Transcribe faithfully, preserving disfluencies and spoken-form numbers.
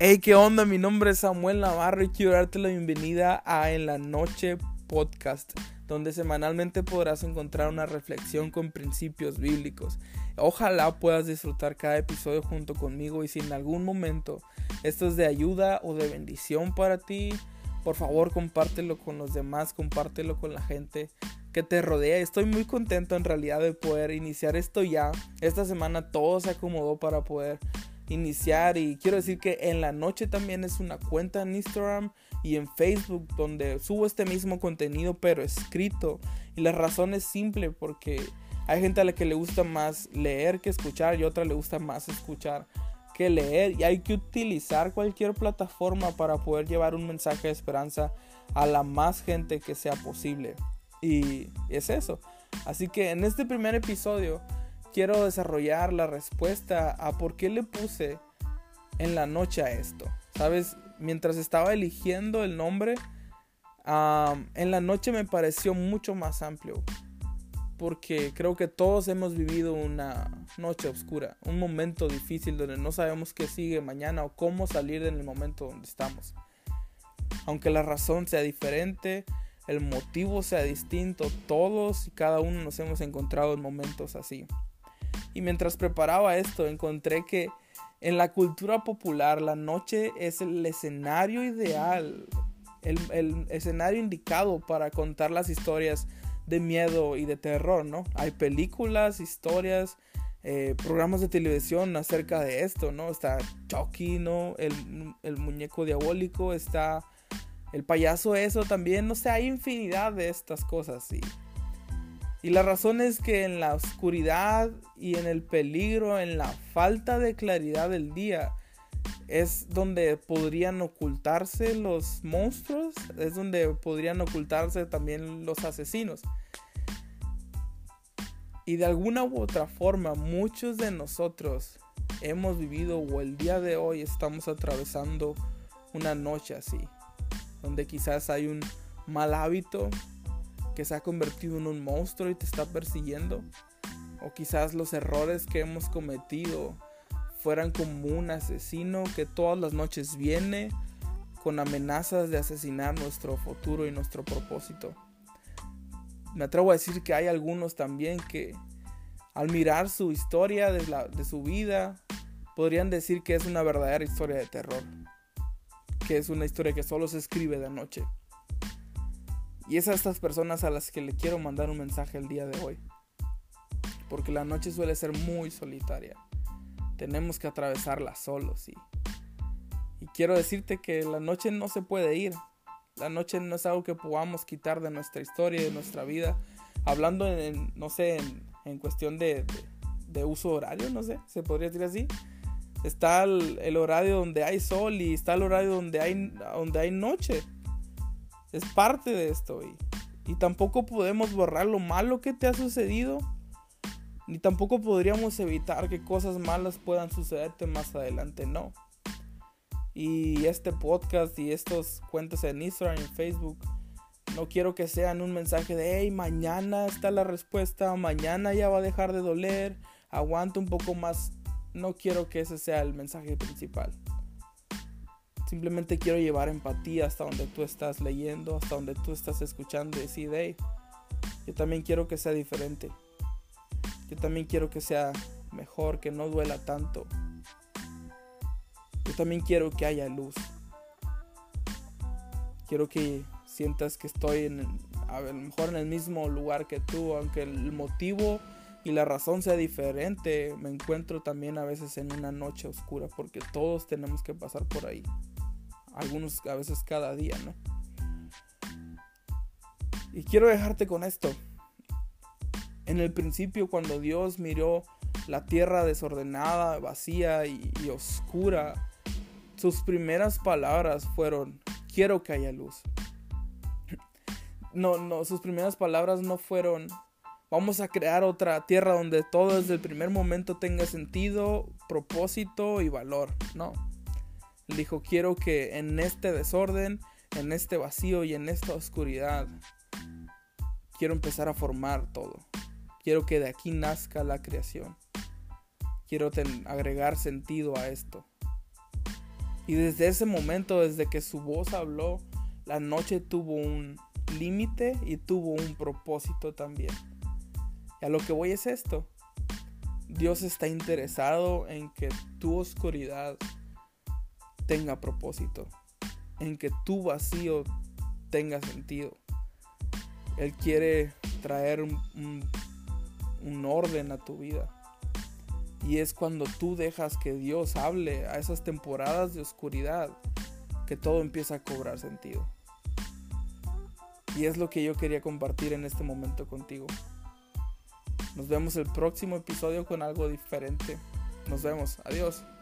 Hey, ¿qué onda? Mi nombre es Samuel Navarro y quiero darte la bienvenida a En la Noche Podcast, donde semanalmente podrás encontrar una reflexión con principios bíblicos. Ojalá puedas disfrutar cada episodio junto conmigo y si en algún momento esto es de ayuda o de bendición para ti, por favor compártelo con los demás, compártelo con la gente que te rodea. Estoy muy contento en realidad de poder iniciar esto ya. Esta semana todo se acomodó para poder iniciar y quiero decir que En la Noche también es una cuenta en Instagram y en Facebook donde subo este mismo contenido pero escrito, y la razón es simple porque hay gente a la que le gusta más leer que escuchar y otra le gusta más escuchar que leer, y hay que utilizar cualquier plataforma para poder llevar un mensaje de esperanza a la más gente que sea posible, y es eso. Así que en este primer episodio quiero desarrollar la respuesta a por qué le puse En la Noche a esto. Sabes, mientras estaba eligiendo el nombre, um, En la Noche me pareció mucho más amplio, porque creo que todos hemos vivido una noche oscura, un momento difícil donde no sabemos qué sigue mañana o cómo salir en el momento donde estamos. Aunque la razón sea diferente, el motivo sea distinto, todos y cada uno nos hemos encontrado en momentos así. Y mientras preparaba esto, encontré que en la cultura popular la noche es el escenario ideal, el, el escenario indicado para contar las historias de miedo y de terror, ¿no? Hay películas, historias, eh, programas de televisión acerca de esto, ¿no? Está Chucky, ¿no? El, el muñeco diabólico, está el payaso eso también, no sé, hay infinidad de estas cosas, sí. Y la razón es que en la oscuridad y en el peligro, en la falta de claridad del día, es donde podrían ocultarse los monstruos, es donde podrían ocultarse también los asesinos. Y de alguna u otra forma, muchos de nosotros hemos vivido o el día de hoy estamos atravesando una noche así, donde quizás hay un mal hábito que se ha convertido en un monstruo y te está persiguiendo, o quizás los errores que hemos cometido fueran como un asesino que todas las noches viene con amenazas de asesinar nuestro futuro y nuestro propósito. Me atrevo a decir que hay algunos también que al mirar su historia de, la, de su vida podrían decir que es una verdadera historia de terror, que es una historia que solo se escribe de noche. Y es a estas personas a las que le quiero mandar un mensaje el día de hoy, porque la noche suele ser muy solitaria. Tenemos que atravesarla solos, y, y quiero decirte que la noche no se puede ir. La noche no es algo que podamos quitar de nuestra historia y de nuestra vida. Hablando en, no sé, en, en cuestión de, de, de uso horario, no sé, se podría decir así. Está el, el horario donde hay sol y está el horario donde hay, donde hay noche. Es parte de esto, y, y tampoco podemos borrar lo malo que te ha sucedido, ni tampoco podríamos evitar que cosas malas puedan sucederte más adelante, no. Y este podcast y estos cuentos en Instagram y en Facebook, no quiero que sean un mensaje de hey, mañana está la respuesta, mañana ya va a dejar de doler, aguanta un poco más. No quiero que ese sea el mensaje principal. Simplemente quiero llevar empatía hasta donde tú estás leyendo, hasta donde tú estás escuchando y decir, hey, yo también quiero que sea diferente. Yo también quiero que sea mejor, que no duela tanto. Yo también quiero que haya luz. Quiero que sientas que estoy en, a lo mejor en el mismo lugar que tú, aunque el motivo y la razón sea diferente. Me encuentro también a veces en una noche oscura, porque todos tenemos que pasar por ahí. Algunos a veces cada día, ¿no? Y quiero dejarte con esto. En el principio, cuando Dios miró la tierra desordenada, vacía y, y oscura, sus primeras palabras fueron, quiero que haya luz. No, no, sus primeras palabras no fueron, vamos a crear otra tierra donde todo desde el primer momento tenga sentido, propósito y valor. No. Él dijo, quiero que en este desorden, en este vacío y en esta oscuridad, quiero empezar a formar todo. Quiero que de aquí nazca la creación. Quiero ten- agregar sentido a esto. Y desde ese momento, desde que su voz habló, la noche tuvo un límite y tuvo un propósito también. Y a lo que voy es esto. Dios está interesado en que tu oscuridad tenga propósito, en que tu vacío tenga sentido. Él quiere traer un, un, un orden a tu vida. Y es cuando tú dejas que Dios hable a esas temporadas de oscuridad que todo empieza a cobrar sentido. Y es lo que yo quería compartir en este momento contigo. Nos vemos el próximo episodio con algo diferente. Nos vemos. Adiós.